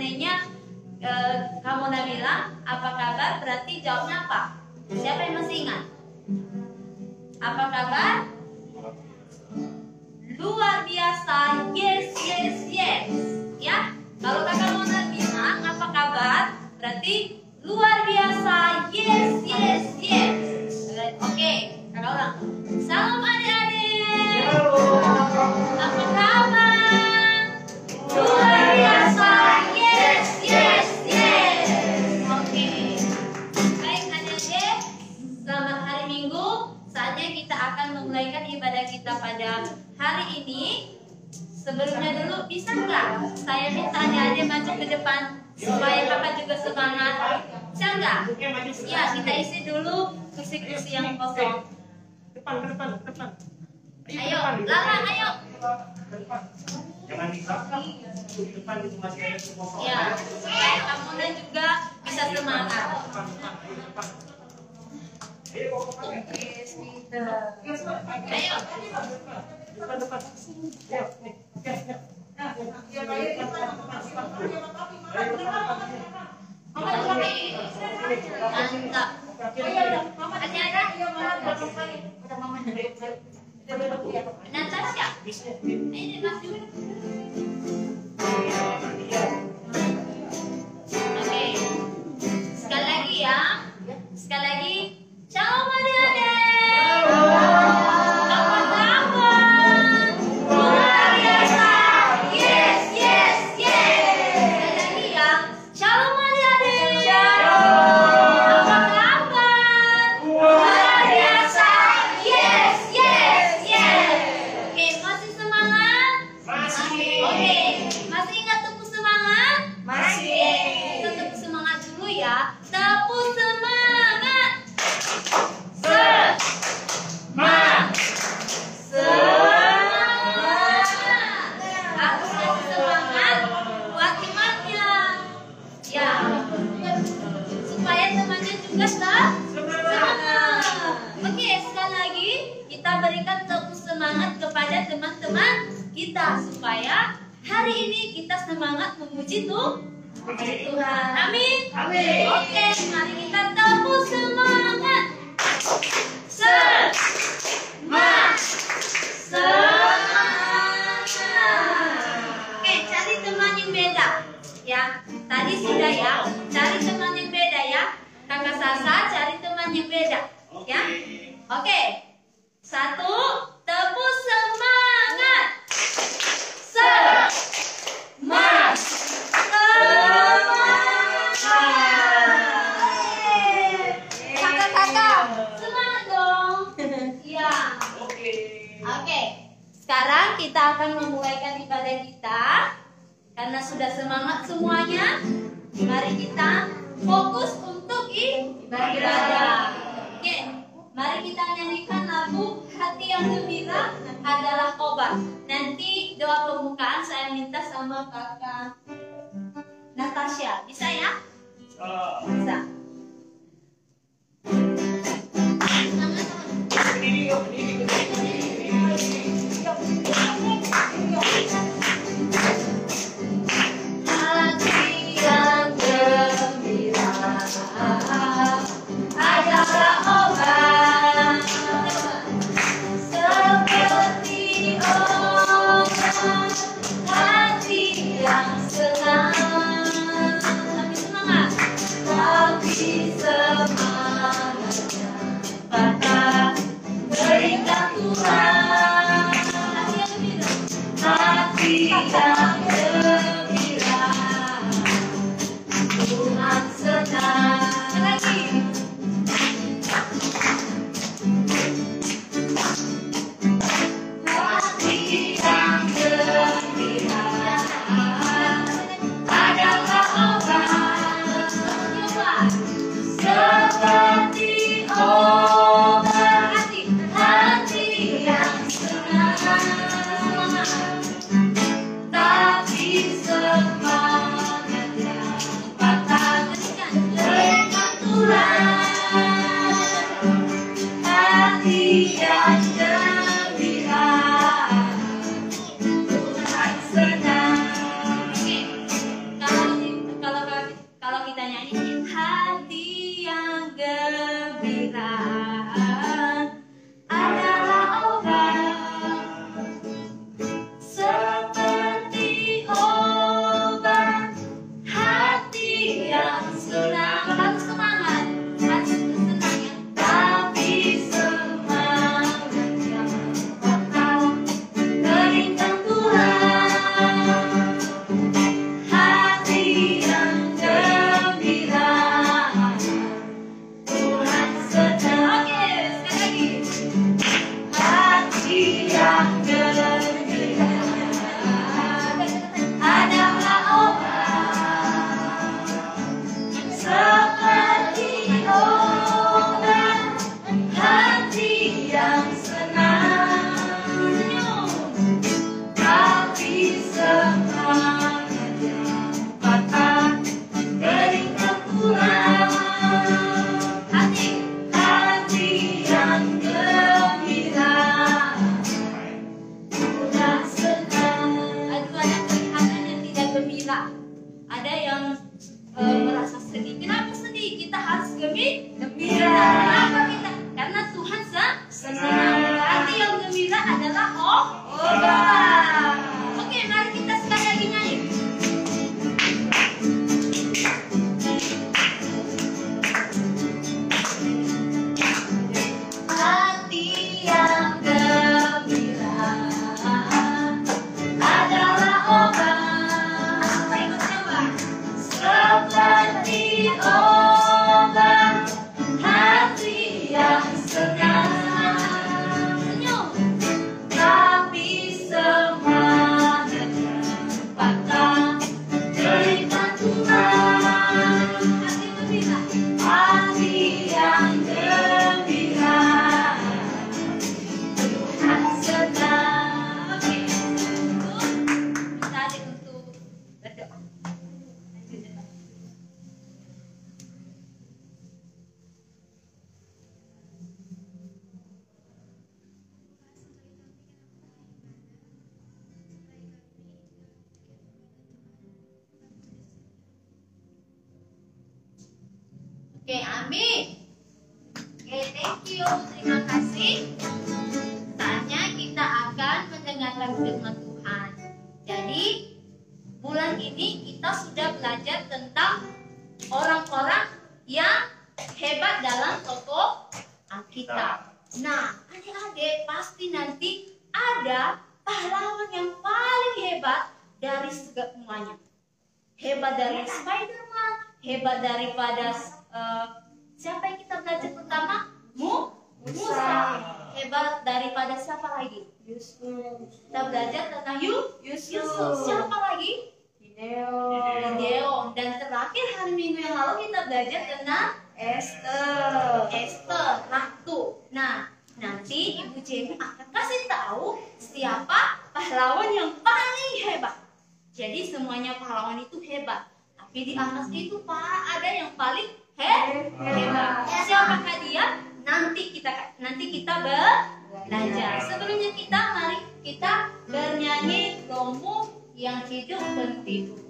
Q&A-nya kamu Nabila, apa kabar? Berarti jawabnya apa? Siapa yang masih ingat? Apa kabar? Luar biasa. Yes, yes, yes. Ya. Kalau kakak mau bilang apa kabar? Berarti luar biasa. Yes, yes, yes. Oke, kakak ulang. Salam adik-adik. Apa kabar? Luar biasa. Yes, yes, yes. Oke. Baik adik-adik, selamat hari Minggu. Saatnya kita akan memulaikan ibadah kita pada hari ini. Sebelumnya dulu, bisa nggak saya minta adik-adik maju ke depan supaya kakak juga semangat? Bisa nggak? Ya, kita isi dulu kursi-kursi yang kosong. Depan. Ayo, Lala, ayo. Jangan bisa. Depan itu masih ada kosong. Ya, supaya kamu dan juga bisa semangat. Ayo. Depan. Mantap. Ada? Natasha. Ini Mas juga. Oke. Sekali lagi ya. Sekali lagi. Ciao adik-adik. Apa kabar? Luar biasa. Yes, yes, yes. Sekali lagi ya. Ciao adik-adik. Apa kabar? Luar biasa. Yes, yes, yes. Oke, masih semangat? Masih. Oke, masih ingat tepuk semangat? Masih. Kita tepuk semangat dulu ya. Tepuk semangat. Aku kasih semangat buat temannya. Ya, supaya temannya juga semangat. Oke, sekali lagi kita berikan tepuk semangat kepada teman-teman kita supaya hari ini kita semangat memuji Tuhan. Amin. Amin. Oke, mari kita tepuk semangat. Semangat. Oke, cari teman yang beda. Ya, tadi sudah ya. Cari teman yang beda ya. Kakak Sasa cari teman yang beda. Ya. Oke. Satu, tepuk semangat. Semangat. Kakak-kakak, semangat dong. Iya. Oke. Sekarang kita akan memulaikan ibadah kita. Karena sudah semangat semuanya, mari kita fokus untuk ibadah. Oke. Mari kita nyanyikan lagu Hati yang Gembira Adalah Obat. Nanti doa pembukaan saya minta sama kakak Natasha. Bisa ya? Bisa. Hati yang gembira adalah obat, seperti obat hati yang senang. Tapi semangat. ada yang merasa sedih. Kenapa sedih? Kita harus gembira. Kenapa kita? Karena Tuhan senang. Hati yang gembira adalah obat. Oke, mari kita sekali lagi nyanyi. Hati yang gembira adalah obat. Apa ikut coba? Seperti obat hati yang senang. Senyum. Tapi semuanya patah cerita Tuhan. Hati gembira. Hati yang gembira. Tuhan senang. Oke. Kita adik untuk berdoa. Lanjut ya. Oke, amin. Oke, thank you. Terima kasih. Saatnya kita akan mendengarkan firman Tuhan. Jadi, bulan ini kita sudah belajar tentang orang-orang yang hebat dalam tokoh Alkitab. Nah, adik-adik pasti nanti ada pahlawan yang paling hebat dari semuanya. Hebat dari Spiderman, hebat daripada siapa yang kita belajar pertama? Musa. Hebat daripada siapa lagi? Yusuf. Kita belajar tentang Yusuf. Siapa lagi? Gideon. Dan terakhir hari Minggu yang lalu kita belajar tentang Esther, ratu. Nah, nanti Ibu Jenny akan kasih tahu siapa pahlawan yang paling hebat. Jadi semuanya pahlawan itu hebat. Tapi di atas itu ada yang paling hebat. Siapakah dia? Nanti kita belajar. Sebelumnya mari kita bernyanyi Romo yang hidup dan tidur.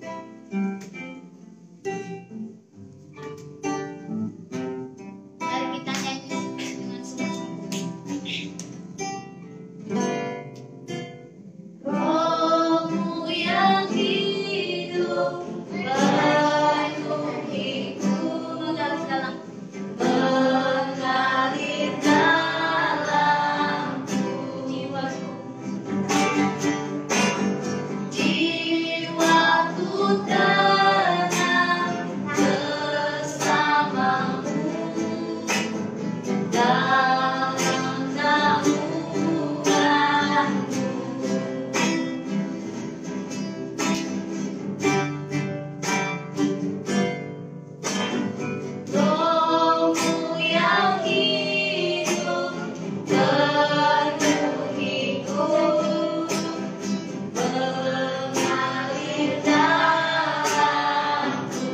Mari kita nyanyi dengan sungguh-sungguh. Romo yang hidup penuhiku dalam mengalir dalamku jiwaku. Jiwaku tenang bersamamu dalam naunganmu. Rohmu yang hidup penuhiku mengalir dalamku.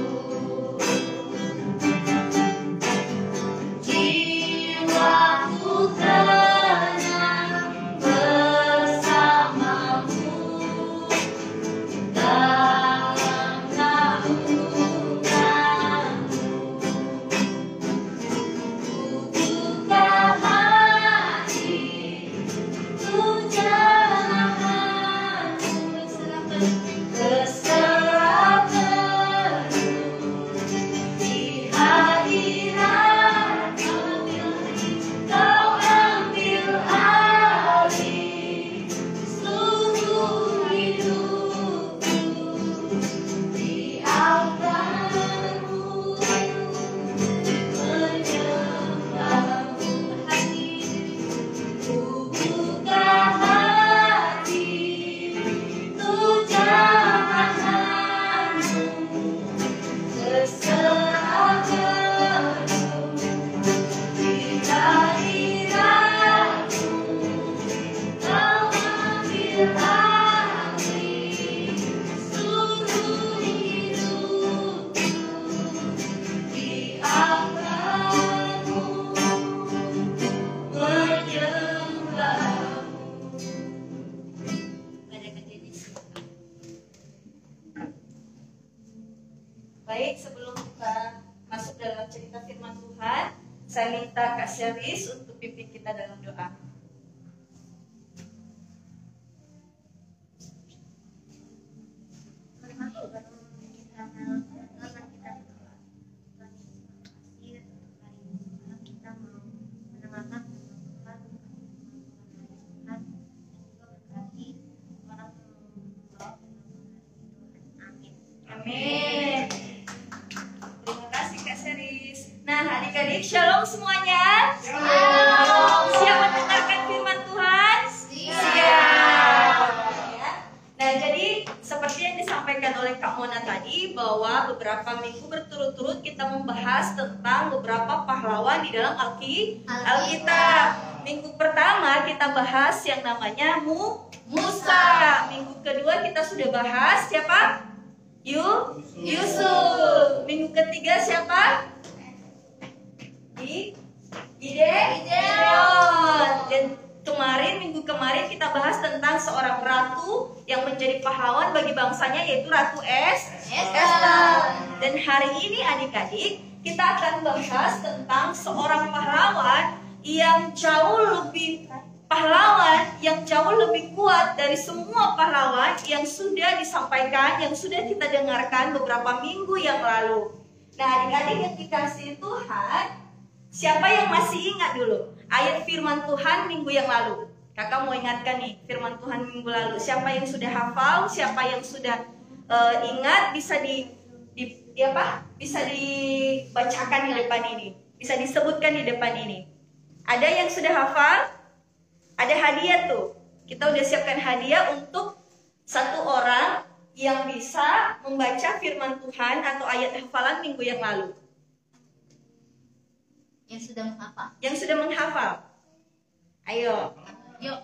Jiwaku tenang bersamamu dalam naunganmu. Butuhkan hati, tujanganmu berserah penuh di hadirat Kau ambil alih seluruh hidupku di Baik, sebelum kita masuk dalam cerita firman Tuhan, saya minta Kak Sheris untuk pimpin kita dalam doa. Amin. Terima kasih Kak Sheris. Nah, adik-adik, shalom semuanya. Shalom. Siap mendengarkan firman Tuhan? Siap. Ya. Nah, jadi seperti yang disampaikan oleh Kak Mona tadi, bahwa beberapa minggu berturut-turut kita membahas tentang beberapa pahlawan di dalam Alkitab. Minggu pertama kita bahas yang namanya Musa. Minggu kedua kita sudah bahas siapa? Yusuf. Minggu ketiga siapa? Gideon. Dan minggu kemarin kita bahas tentang seorang ratu yang menjadi pahlawan bagi bangsanya, yaitu Ratu Esther. Dan hari ini adik-adik kita akan bahas tentang seorang pahlawan yang jauh lebih kuat dari semua pahlawan yang sudah disampaikan, yang sudah kita dengarkan beberapa minggu yang lalu. Nah, adik-adik yang dikasihi Tuhan, siapa yang masih ingat dulu ayat firman Tuhan minggu yang lalu? Kakak mau ingatkan nih firman Tuhan minggu lalu. Siapa yang sudah hafal? Siapa yang sudah ingat? Bisa bisa dibacakan di depan ini, bisa disebutkan di depan ini. Ada yang sudah hafal? Ada hadiah tuh. Kita udah siapkan hadiah untuk satu orang yang bisa membaca firman Tuhan atau ayat hafalan minggu yang lalu. Yang sudah menghafal. Yang sudah menghafal. Ayo. Yuk.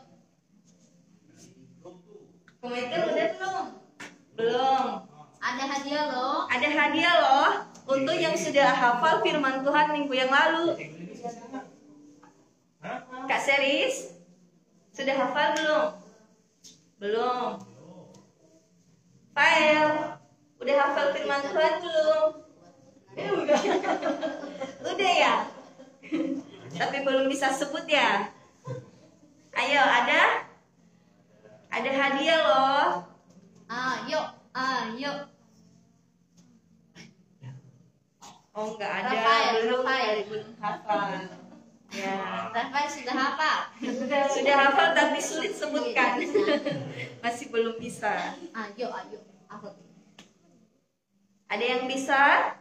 Komentar udah belum? Belum. Ada hadiah loh. Ada hadiah loh untuk yang sudah hafal firman Tuhan minggu yang lalu. Kak Sheris, sudah hafal belum? Belum. Fael, udah hafal firman Tuhan belum? Udah ya? Tapi belum bisa sebut ya? Ayo, ada hadiah loh. Ayo. Oh, enggak ada. Rafael. Belum hafal. Ya. Rafael sudah hafal. Sudah hafal tapi sulit sebutkan. Masih belum bisa. Ayo. Apa? Ada yang bisa?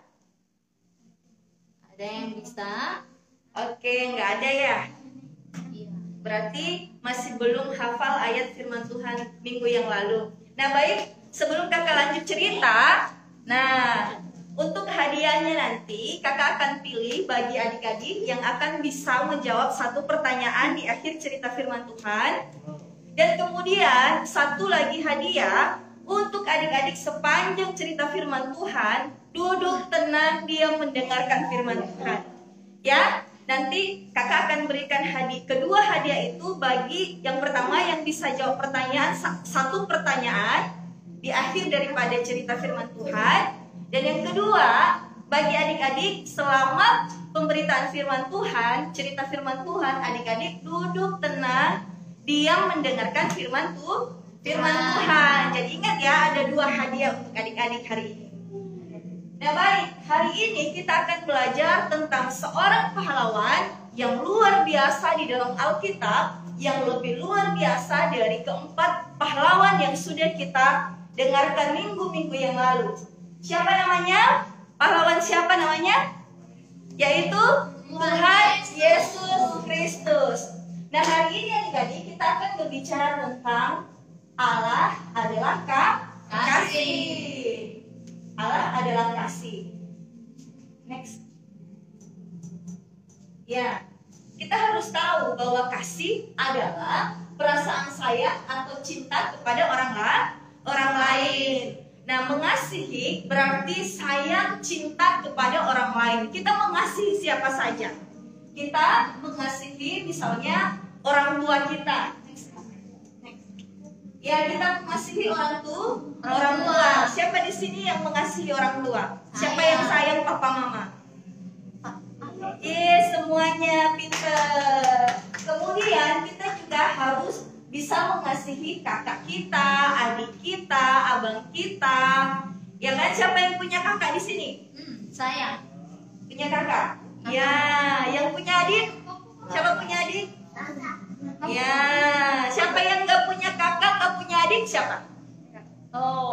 Ada yang bisa? Oke, nggak ada ya? Iya. Berarti masih belum hafal ayat firman Tuhan minggu yang lalu. Nah, baik, sebelum kakak lanjut cerita, nah, untuk hadiahnya nanti kakak akan pilih bagi adik-adik yang akan bisa menjawab satu pertanyaan di akhir cerita firman Tuhan. Dan kemudian satu lagi hadiah untuk adik-adik sepanjang cerita firman Tuhan, duduk tenang diam mendengarkan firman Tuhan. Ya, nanti kakak akan berikan kedua hadiah itu bagi yang pertama yang bisa jawab pertanyaan, satu pertanyaan di akhir daripada cerita firman Tuhan. Dan yang kedua, bagi adik-adik selama pemberitaan firman Tuhan, cerita firman Tuhan, adik-adik duduk tenang, diam mendengarkan firman Tuhan. Jadi ingat ya, ada dua hadiah untuk adik-adik hari ini. Nah baik, hari ini kita akan belajar tentang seorang pahlawan yang luar biasa di dalam Alkitab, yang lebih luar biasa dari keempat pahlawan yang sudah kita dengarkan minggu-minggu yang lalu. Siapa namanya? Pahlawan siapa namanya? Yaitu Tuhan Yesus Kristus. Nah hari ini adik-adik kita akan berbicara tentang Allah adalah kasih. Allah adalah kasih. Next. Ya, kita harus tahu bahwa kasih adalah perasaan sayang atau cinta kepada orang lain. Nah, mengasihi berarti sayang, cinta kepada orang lain. Kita mengasihi siapa saja. Kita mengasihi misalnya orang tua kita. Ya, kita mengasihi orang tua. Siapa di sini yang mengasihi orang tua? Siapa Siapa yang sayang papa mama? Yes, semuanya pinter. Kemudian kita juga harus bisa mengasihi kakak kita, adik kita, abang kita. Ya kan? Siapa yang punya kakak di sini? Saya. Punya kakak? Ya, yang punya adik? Siapa punya adik? Ya, siapa yang nggak punya kakak, nggak punya adik? Siapa? Oh.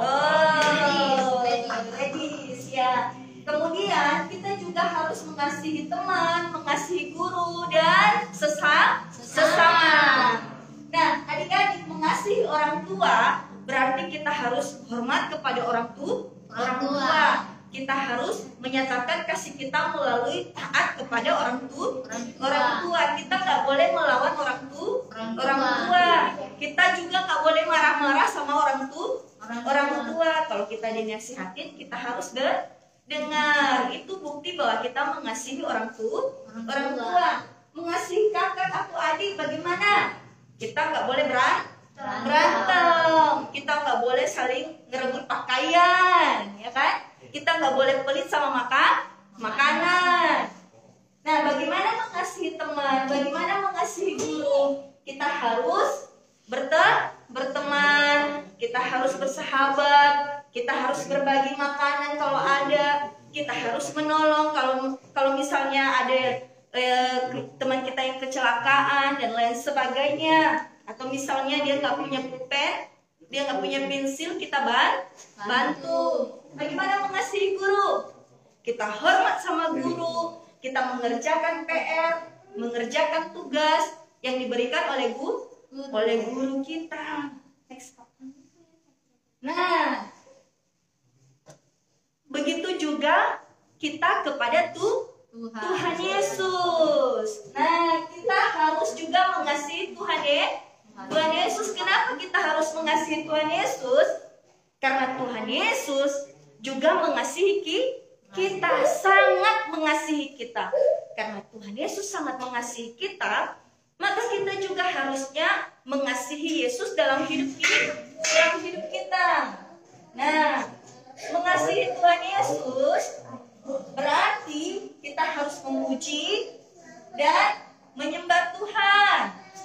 Ladies, ya. Kemudian kita juga harus mengasihi teman, mengasihi guru dan sesama. Nah, adik-adik, mengasihi orang tua berarti kita harus hormat kepada orang tua. Kita harus menyatakan kasih kita melalui taat kepada orang tua. Kita nggak boleh melawan orang tua. Kita juga nggak boleh marah-marah sama orang tua. Kalau kita dinasihatin, kita harus dengar. Itu bukti bahwa kita mengasihi orang tua. Mengasihi kakak atau adik bagaimana? Kita nggak boleh berantem. Kita nggak boleh saling ngerebut pakaian, ya kan? Kita nggak boleh pelit sama makanan. Nah, bagaimana mengasihi teman? Bagaimana mengasihi guru? Kita harus berteman. Kita harus bersahabat. Kita harus berbagi makanan kalau ada. Kita harus menolong kalau misalnya ada teman kita yang kecelakaan dan lain sebagainya. Atau misalnya dia nggak punya pulpen, dia nggak punya pensil, kita bantu. Bagaimana mengasihi guru? Kita hormat sama guru, kita mengerjakan PR, mengerjakan tugas yang diberikan oleh guru kita. Next. Nah, begitu juga kita kepada Tuhan Yesus. Nah, kita harus juga mengasihi Tuhan Yesus. Kenapa kita harus mengasihi Tuhan Yesus? Karena Tuhan Yesus juga mengasihi kita, sangat mengasihi kita. Karena Tuhan Yesus sangat mengasihi kita, maka kita juga harusnya mengasihi Yesus dalam hidup kita. Nah, mengasihi Tuhan Yesus berarti kita harus memuji dan menyembah Tuhan.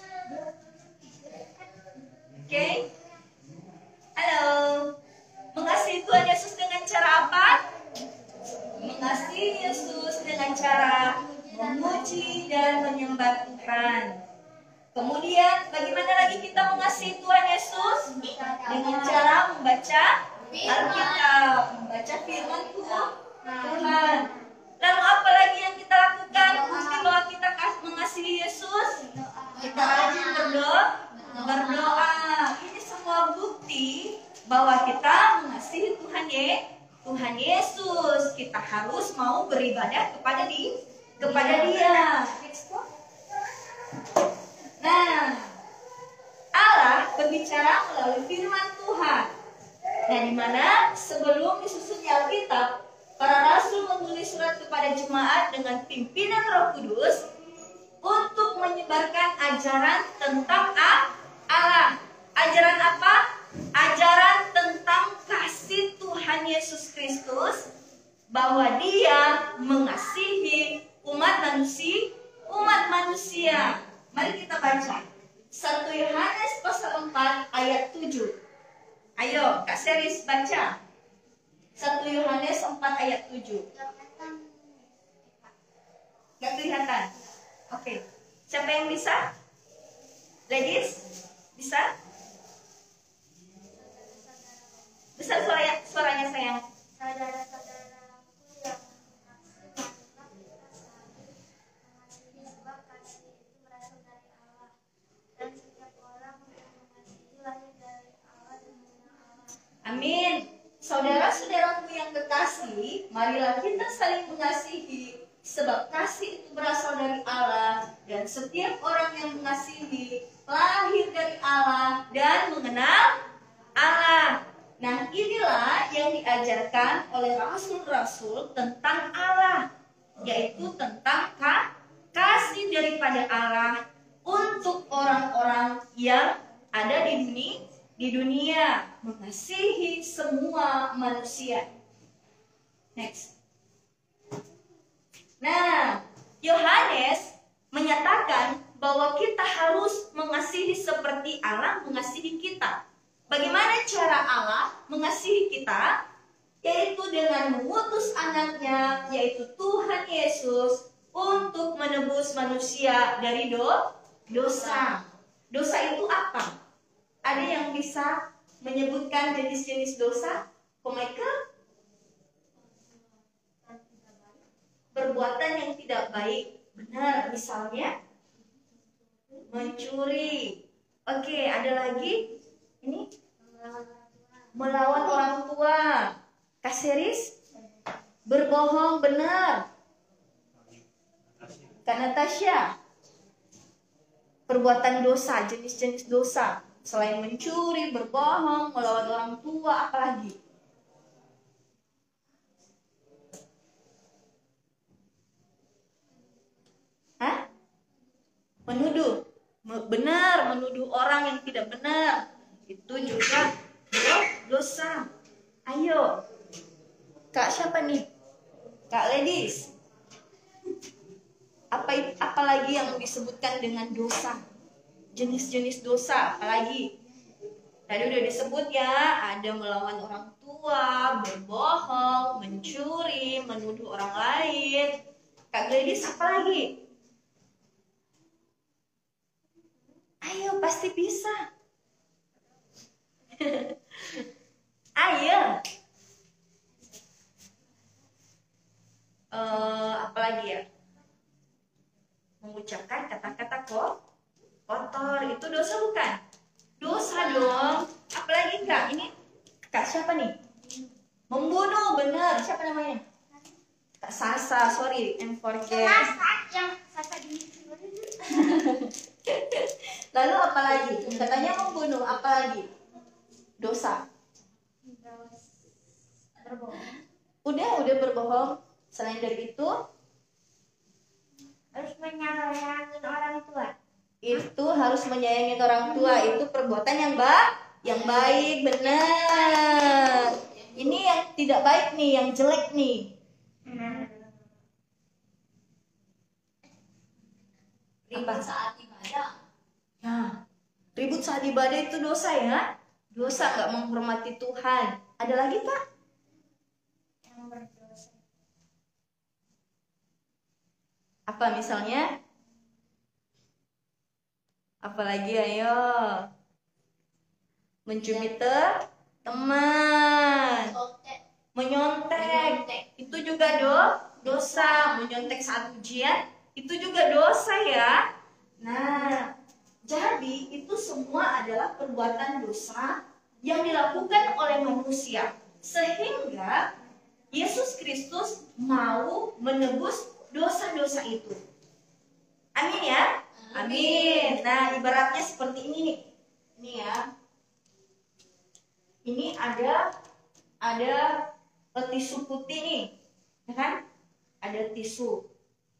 Oke? Halo. Mengasihi Tuhan Yesus dengan cara apa? Mengasihi Yesus dengan cara memuji dan menyembah Tuhan. Kemudian bagaimana lagi kita mengasihi Tuhan Yesus? Dengan cara membaca Alkitab, membaca firman Tuhan. Lalu apa lagi yang kita lakukan? Bukti bahwa kita mengasihi Yesus, kita rajin berdoa. Ini semua bukti bahwa kita mengasihi Tuhan Yesus. Kita harus mau beribadah kepada Dia. Nah, Allah berbicara melalui firman Tuhan. Nah, di mana sebelum disusunnya Alkitab, para rasul menulis surat kepada jemaat dengan pimpinan Roh Kudus untuk menyebarkan ajaran tentang Allah. Ajaran apa? Ajaran tentang kasih Tuhan Yesus Kristus, bahwa Dia mengasihi umat manusia. Mari kita baca 1 Yohanes pasal 4 ayat 7. Ayo, Kak Seris baca 1 Yohanes 4 ayat 7. Gak kelihatan? Oke. Siapa yang bisa? Ladies? Bisa? Besar suaranya sayang. Saudara-saudaraku yang mengasihi, marilah kita saling mengasihi, sebab kasih itu berasal dari Allah. Dan setiap orang yang mengasihi lahir dari Allah dan mengenal Allah. Amin. Saudara-saudaraku yang kekasih, marilah kita saling mengasihi, sebab kasih itu berasal dari Allah, dan setiap orang yang mengasihi lahir dari Allah dan mengenal Allah. Nah, inilah yang diajarkan oleh rasul-rasul tentang Allah, yaitu tentang kasih daripada Allah untuk orang-orang yang ada di dunia, mengasihi semua manusia. Next. anaknya, yaitu Tuhan Yesus, untuk menebus manusia dari dosa. Dosa itu apa? Ada yang bisa menyebutkan jenis-jenis dosa? Ko Michael? Perbuatan yang tidak baik. Benar, misalnya mencuri. Oke, ada lagi? Ini melawan orang tua. Kak Seris? Berbohong, benar. Kak Natasha? Perbuatan dosa, jenis-jenis dosa. Selain mencuri, berbohong, melawan orang tua, apalagi? Hah? Menuduh. Benar, menuduh orang yang tidak benar. Itu juga dosa. Ayo. Kak siapa nih? Kak Ladies. Apalagi yang disebutkan dengan dosa? Jenis-jenis dosa apalagi? Tadi udah disebut ya, ada melawan orang tua, berbohong, mencuri, menuduh orang lain. Kak Gladys apalagi? Ayo, pasti bisa. Ayo. Apalagi ya? Mengucapkan kata-kata kotor, itu dosa bukan? Dosa dong. Apalagi Kak? Ini Kak siapa nih? Membunuh, benar. Siapa namanya? Kak Sasa, sorry, and forget. Yang Sasa di Lalu apalagi? Katanya membunuh, apalagi? Dosa. berbohong. Udah berbohong. Selain dari itu, Harus menyayangi orang tua. itu harus menyayangi orang tua. Itu perbuatan yang baik, benar. Ini yang tidak baik nih, yang jelek nih. Ribut saat ibadah. Nah, ribut saat ibadah itu dosa ya? Dosa nggak menghormati Tuhan. Ada lagi Pak? Yang berdosa. Apa misalnya? Apalagi ayo. Mencuri teman. Menyontek. Itu juga dosa. Menyontek saat ujian itu juga dosa ya. Nah, jadi itu semua adalah perbuatan dosa yang dilakukan oleh manusia. Sehingga Yesus Kristus mau menebus dosa-dosa itu. Amin ya? Amin. Nah, ibaratnya seperti ini nih. Ini ya. Ini ada tisu putih nih. Ya kan? Ada tisu.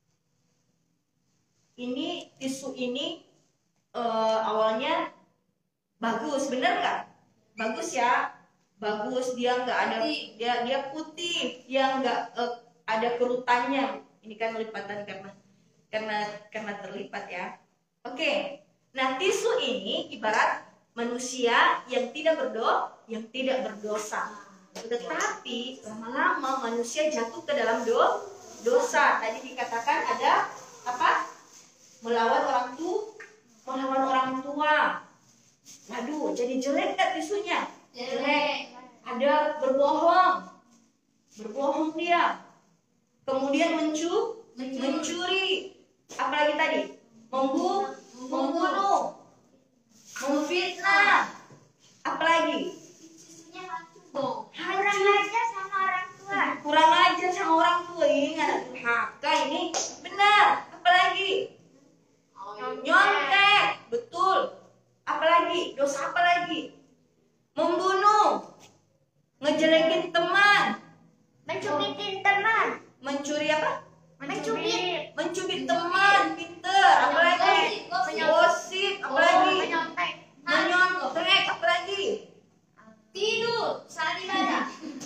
Ini tisu ini awalnya bagus, bener nggak? Bagus ya, bagus. Dia nggak ada, dia putih, dia nggak ada kerutannya. Ini kan lipatan karena terlipat ya. Oke, nah tisu ini ibarat manusia yang tidak berdosa. Tetapi lama-lama manusia jatuh ke dalam dosa. Tadi dikatakan ada apa? Melawan orang tua. Waduh, jadi jelek gak tisunya? Jelek. Ada berbohong dia. Kemudian mencuri. Apalagi tadi? Membunuh. Memfitnah. Apalagi? Susunya hancur. Hancur. Kurang ajar sama orang tua. Ingat, haka ini benar. Apalagi? Nyontek, betul. Apalagi? Dosa apalagi? Membunuh, ngejelekin teman, Mencubitin teman. mencuri apa? Mencubit teman, pinter. Apalagi? Gosip, apalagi? Menyontek, apalagi? Tidur saat ibadah.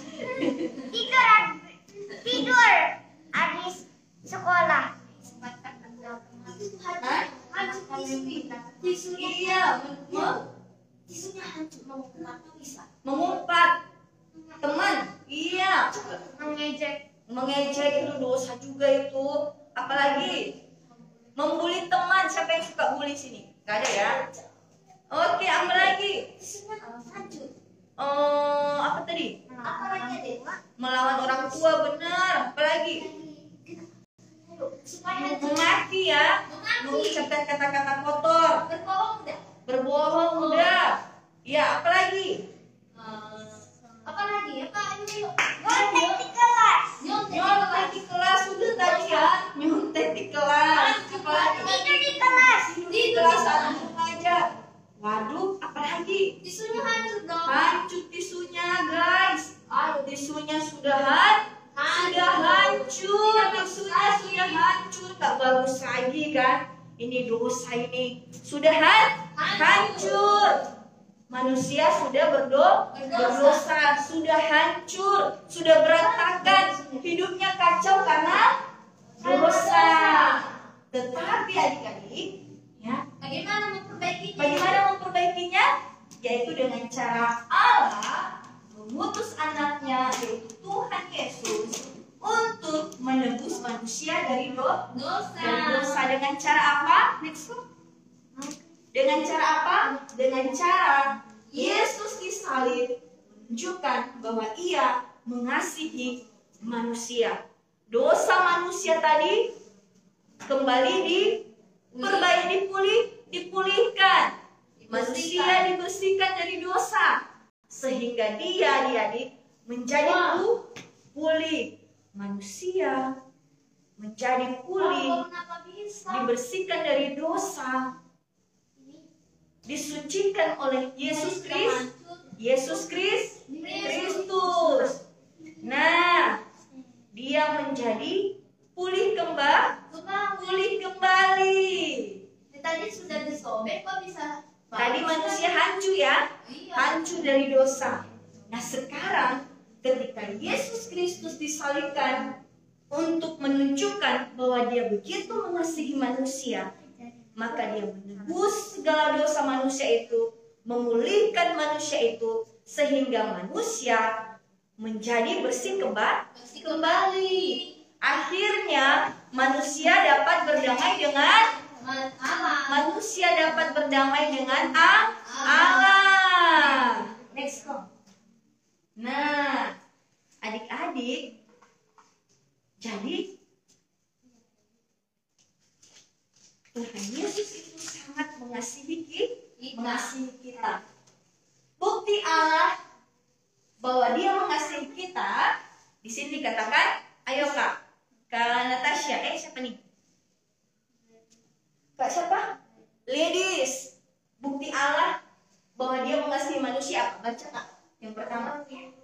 Tidur habis sekolah. Hah? Iya, Tisunya hancur, mau bisa. mengumpat teman. Iya, Mengejek. Mengejek itu dosa juga itu. Apalagi membuli teman. Siapa yang suka bully sini? Gak ada ya? Oke, apalagi? Apa tadi? Apalagi ada Mak? Melawan orang tua, benar. Apalagi? Memaki ya. Mengucapkan kata-kata kotor. Berbohong enggak? Berbohong udah. Ya, apalagi? Apalagi ya Pak? Ayo. Nyontek di kelas. Nyontek di kelas sudah tadi ya. Nyontek di kelas. Apalagi? Tidur di kelas. Di kelas aja. Waduh, apalagi? Tisunya hancur dong. Hancur tisunya, guys. Tisunya sudah hancur. Tisunya sudah hancur. Tak bagus lagi kan? Ini dosa ini. Sudah hancur. Manusia sudah berdosa, sudah hancur, sudah berantakan, hidupnya kacau karena dosa. Tetapi adik-adik, ya, Bagaimana memperbaikinya? bagaimana memperbaikinya? Yaitu dengan cara Allah mengutus anaknya, yaitu Tuhan Yesus, untuk menebus manusia dari Dosa. Dengan cara apa? Next one. Dengan cara apa? Dengan cara Yesus disalib menunjukkan bahwa Ia mengasihi manusia. Dosa manusia tadi kembali dipulihkan. Manusia dibersihkan dari dosa sehingga dia adik menjadi pulih. Manusia menjadi pulih, Kenapa bisa? dibersihkan dari dosa, disucikan oleh Yesus Kristus. Nah, dia menjadi pulih kembali. Tadi sudah disobek kok bisa? Tadi manusia hancur ya, Iya. hancur dari dosa. Nah, sekarang ketika Yesus Kristus disalibkan untuk menunjukkan bahwa dia begitu mengasihi manusia, maka dia menebus segala dosa manusia itu, memulihkan manusia itu, sehingga manusia menjadi bersih kembali. Akhirnya manusia dapat berdamai dengan Allah. Next come. Nah, adik-adik, jadi Tuhan Yesus itu sangat mengasihi kita. Bukti Allah bahwa Dia mengasihi kita di sini dikatakan, ayo Kak Natasha, siapa nih? Kak siapa? Ladies. Bukti Allah bahwa Dia mengasihi manusia apa? Baca Kak. Yang pertama.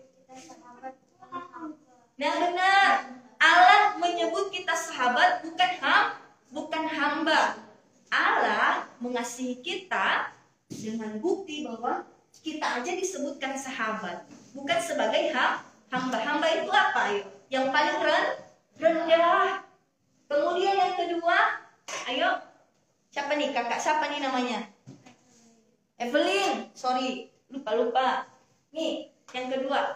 Nah benar. Allah menyebut kita sahabat, bukan hamba. Allah mengasihi kita dengan bukti bahwa kita aja disebutkan sahabat, bukan sebagai hamba. Hamba itu apa? Ayo, yang paling rendah. Kemudian yang kedua, ayo, siapa nih kakak? Siapa nih namanya? Evelyn. Sorry, lupa. Nih, yang kedua.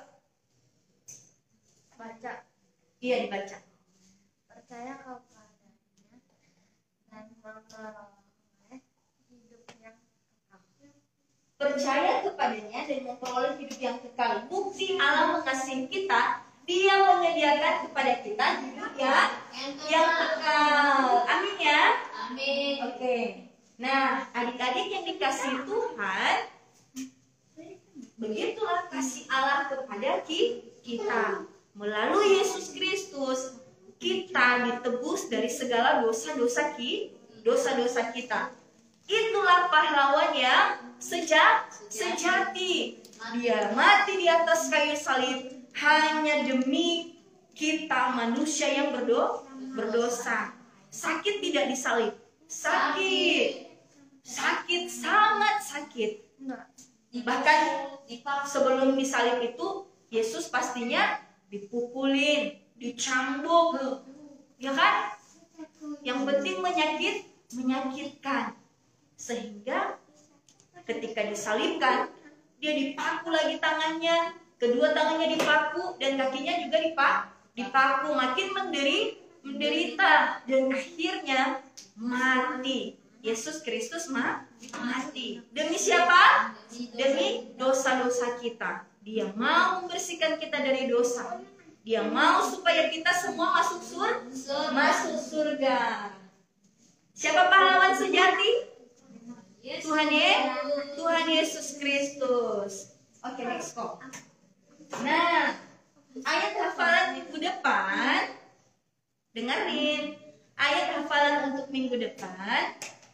Baca. Iya dibaca. Percaya kepadanya dan memperoleh hidup yang kekal. Percaya kepadanya dan memperoleh hidup yang kekal. Bukti Allah mengasihi kita, Dia menyediakan kepada kita hidup yang kekal. Amin ya. Amin. Oke. Nah, adik-adik yang dikasihi Tuhan, begitulah kasih Allah kepada kita. Melalui Yesus Kristus, kita ditebus dari segala dosa-dosa kita. Itulah pahlawan yang sejati. Dia mati di atas kayu salib hanya demi kita manusia yang berdosa. Sakit tidak disalib. Sakit, sangat sakit. Bahkan sebelum disalib itu, Yesus pastinya dipukulin, dicambuk, ya kan? Yang penting menyakitkan. Sehingga ketika disalibkan, dia dipaku lagi tangannya, kedua tangannya dipaku dan kakinya juga dipaku, makin menderita, dan akhirnya mati. Yesus Kristus mati. Demi siapa? Demi dosa-dosa kita. Dia mau membersihkan kita dari dosa. Dia mau supaya kita semua masuk surga. Siapa pahlawan sejati? Tuhan Yesus Kristus. Oke, next go. Nah, ayat hafalan minggu depan, dengerin. Ayat hafalan untuk minggu depan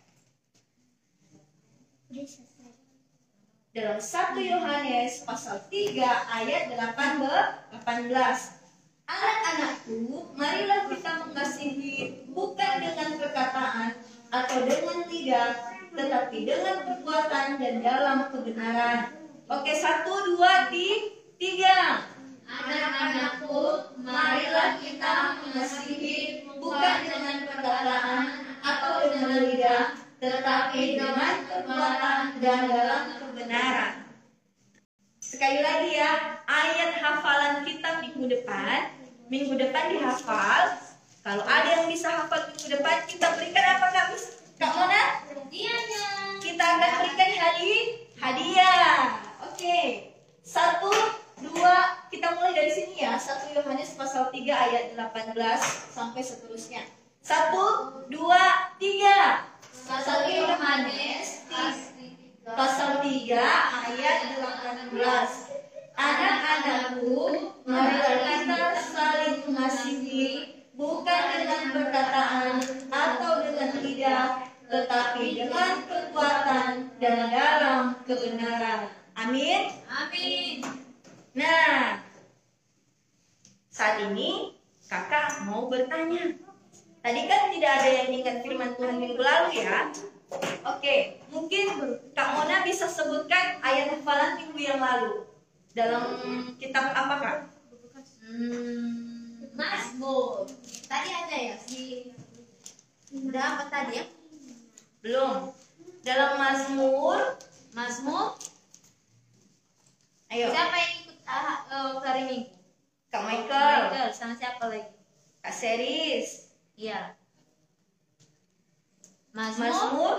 dalam 1 Yohanes pasal 3 ayat 18. Anak-anakku, marilah kita mengasihi bukan dengan perkataan atau dengan lidah, tetapi dengan perbuatan dan dalam kebenaran. Oke, 1, 2, 3. Anak-anakku, marilah kita mengasihi bukan dengan perkataan atau dengan lidah, tetapi dengan perbuatan dan dalam kebenaran. Sekali lagi ya, ayat hafalan kita minggu depan dihafal. Kalau ada yang bisa hafal minggu depan, kita berikan apa Kak Mona? hadiahnya. Kita akan berikan hadiah. Oke. 1, 2, kita mulai dari sini ya. 1 Yohanes pasal 3 ayat 18 sampai seterusnya. 1, 2, 3. 1 Yohanes Pasal 3 ayat 18. Anak-anakku, marilah kita saling mengasihi bukan dengan perkataan atau dengan lidah, tetapi dengan perbuatan dan dalam kebenaran. Amin. Amin. Nah, saat ini kakak mau bertanya. Tadi kan tidak ada yang ingat firman Tuhan minggu lalu ya. Oke, mungkin Kak Mona bisa sebutkan ayat hafalan minggu yang lalu. Dalam kitab apa Kak? Mazmur. Tadi ada ya udah apa tadi ya? Belum. Dalam Mazmur. Ayo. Siapa yang ikut hari Minggu? Kak Michael. Sama siapa lagi? Kak Seris. Iya. Mazmur Mazmur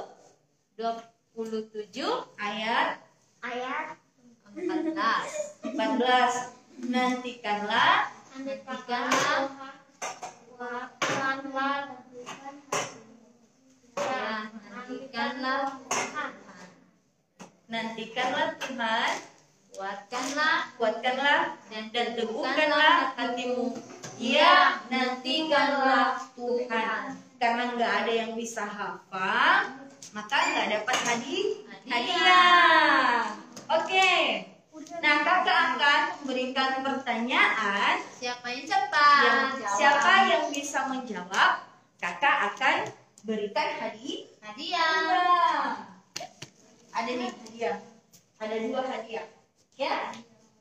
27 ayat 14. 14. Nantikanlah Nantikanlah Tuhan, kuatkanlah dan teguhkanlah hatimu. Ya, nantikanlah Tuhan. Karena nggak ada yang bisa hafal, maka nggak dapat hadiah. Oke. Nah, kakak akan memberikan pertanyaan. Siapa yang cepat? Siapa yang bisa menjawab, kakak akan berikan hadiah. Ada nih hadiah. Ada 2 hadiah. Ya.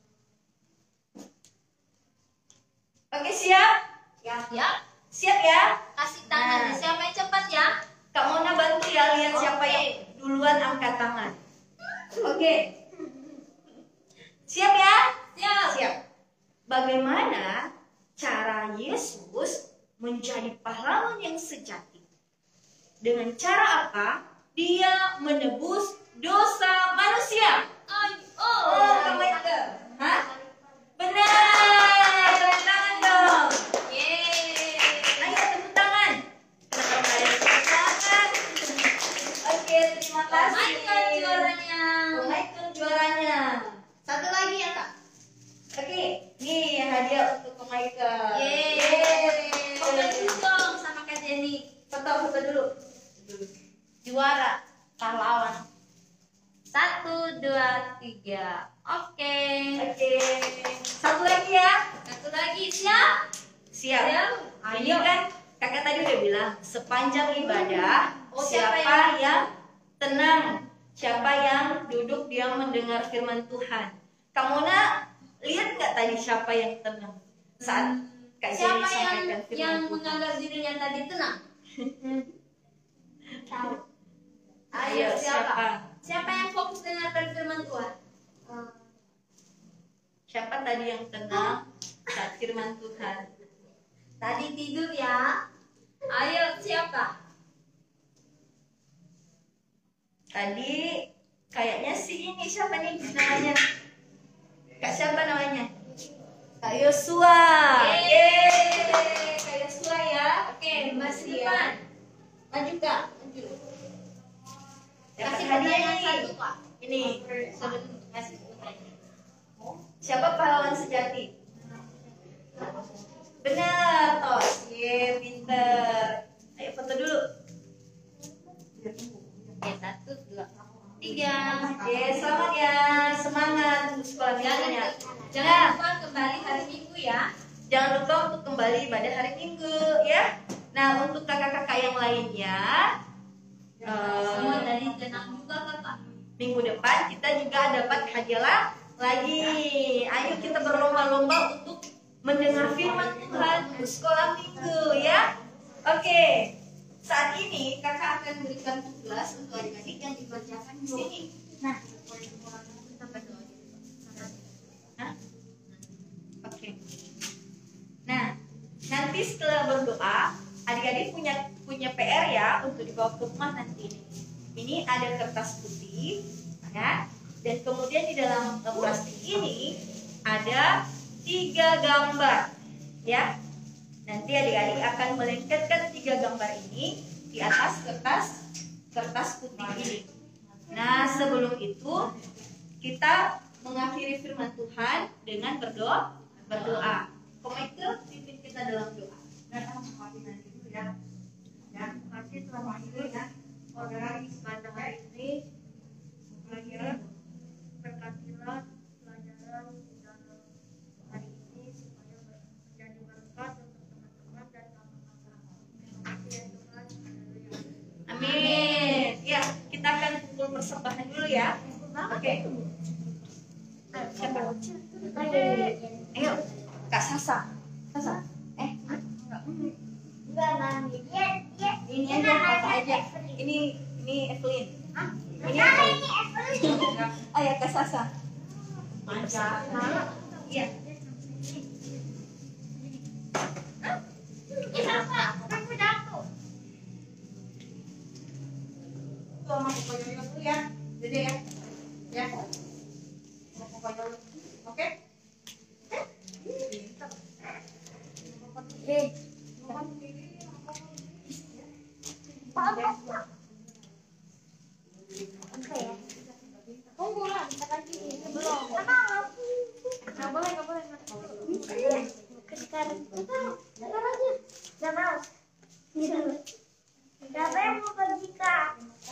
Oke, siap? Ya. Siap ya? Kasih tangan. Nah. Siapa yang cepat ya? Kak Mona bantu ya, lihat siapa yang duluan angkat tangan. Oke. Siap ya? Siap. Bagaimana cara Yesus menjadi pahlawan yang sejati? Dengan cara apa dia menebus dosa manusia? Oh, Kak Michael. Hah? Benar. Tepuk tangan dong. Yeay. Ayo tepuk tangan. Kenapa nggak ada tepuk tangan? Oke, terima kasih. Michael juaranya. Michael juaranya. Satu lagi ya kak. Oke, nih hadiah untuk Kak Michael. Yeay. Foto dulu dong sama Kak Jenny. Foto dulu. Juara pahlawan. 1, 2, 3. Oke. Oke. Satu lagi ya. Satu lagi siap? Siap. Ayo. Ini kan kakak tadi udah bilang sepanjang ibadah siapa siapa yang tenang, siapa yang duduk diam mendengar firman Tuhan. Kak Mona lihat nggak tadi siapa yang tenang saat Kak Jenny Siapa sampaikan yang firman Tuhan? menganggap dirinya tadi tenang? Ayo, siapa? Siapa yang fokus dengarkan firman Tuhan? Siapa tadi yang tenang saat firman Tuhan? Tadi tidur ya. Ayo siapa? Tadi kayaknya si ini siapa nih namanya? Kak siapa namanya? Kak Yosua. Yeay, Kak Yosua ya. Oke, Masih depan. ya. Maju Kak, maju. Dapat Kasih hadiah pertanyaan nih. satu, Kak. Ini Sebelum kasih pertanyaan. siapa pahlawan sejati? Benar, Tos. Ye, pinter. Ayo foto dulu. Oke, 1, 2, 3. Ye, selamat ya. Semangat untuk sekolah minggunya. Jangan lupa kembali hari Minggu ya. Jangan lupa untuk kembali pada hari Minggu ya. Nah, untuk kakak-kakak yang lainnya, Semua dari tenang juga kakak. minggu depan kita juga dapat hadiah lagi. Ayo kita berlomba-lomba untuk mendengar firman Tuhan di sekolah minggu ya. Oke, saat ini kakak akan berikan tugas untuk adik-adik yang dikerjakan di sini. Nah, Hah? Oke. Nah, nanti setelah berdoa, adik-adik punya PR ya untuk dibawa ke rumah nanti ini. Ini ada kertas putih, ya, dan kemudian di dalam plastik ini ada 3 gambar, ya. Nanti adik-adik akan melengketkan 3 gambar ini di atas kertas putih ini. Nah, sebelum itu kita mengakhiri firman Tuhan dengan berdoa. Komite pimpin kita dalam doa. Terima kasih Tuhan Yesus ya. Orderan pada hari ini, kiranya berkatilah pelajaran dalam hari ini supaya menjadi berkat untuk teman-teman dan kakak-kakak. Terima kasih ya Tuhan. Haleluya. Amin. Ya, kita akan kumpul persembahan dulu ya. Oke. Siapa? Ayo, Kak Sasa. Enggak, Mami. Ini aja, apa aja. Ini Evelyn. Ini Evelyn. Ayo Kak Sasa. Iya. Tuh, mau koyo dulu ya. Dede ya. Ya. Mau koyo. Oke? Tunggu lah, kita kasih belum. Nggak boleh. Sekarang. Sekarang aja. Nggak mau. Siapa yang mau pergi, Kak?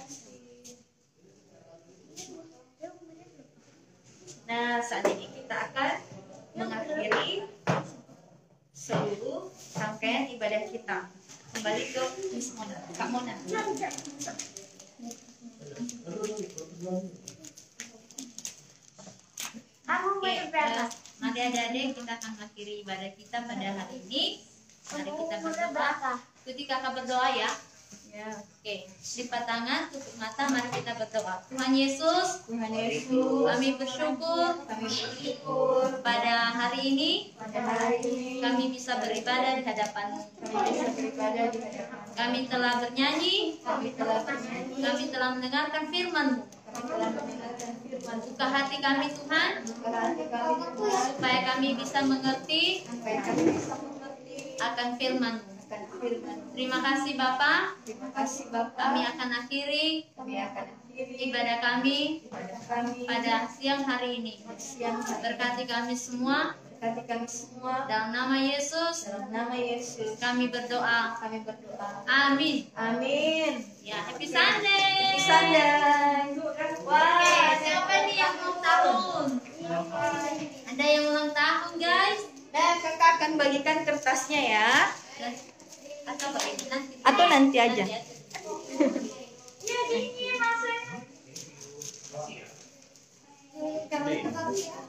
Nah, saat ini kita akan mengakhiri seluruh rangkaian ibadah kita. Kembali ke Miss Mona, Kak Mona. Oke, nanti adik-adik kita akan mengakhiri ibadah kita pada hari ini. Mari kita berdoa. Ikuti kakak berdoa ya. Ya. Oke, lipat tangan, tutup mata, mari kita berdoa. Tuhan Yesus, kami bersyukur pada hari ini kami bisa beribadah di hadapan-Mu. Kami telah bernyanyi, kami telah mendengarkan firman-Mu. Buka hati kami Tuhan, supaya kami bisa mengerti akan firman-Mu. Terima kasih Bapa. Kami akan akhiri ibadah kami pada siang hari ini. Berkati kami semua. Dalam nama Yesus. Kami berdoa. Amin. Ya, happy Sunday. Oke, siapa nih yang ulang tahun? Ada yang ulang tahun guys? Nah, kakak akan bagikan kertasnya ya. Atau nanti aja. Jangan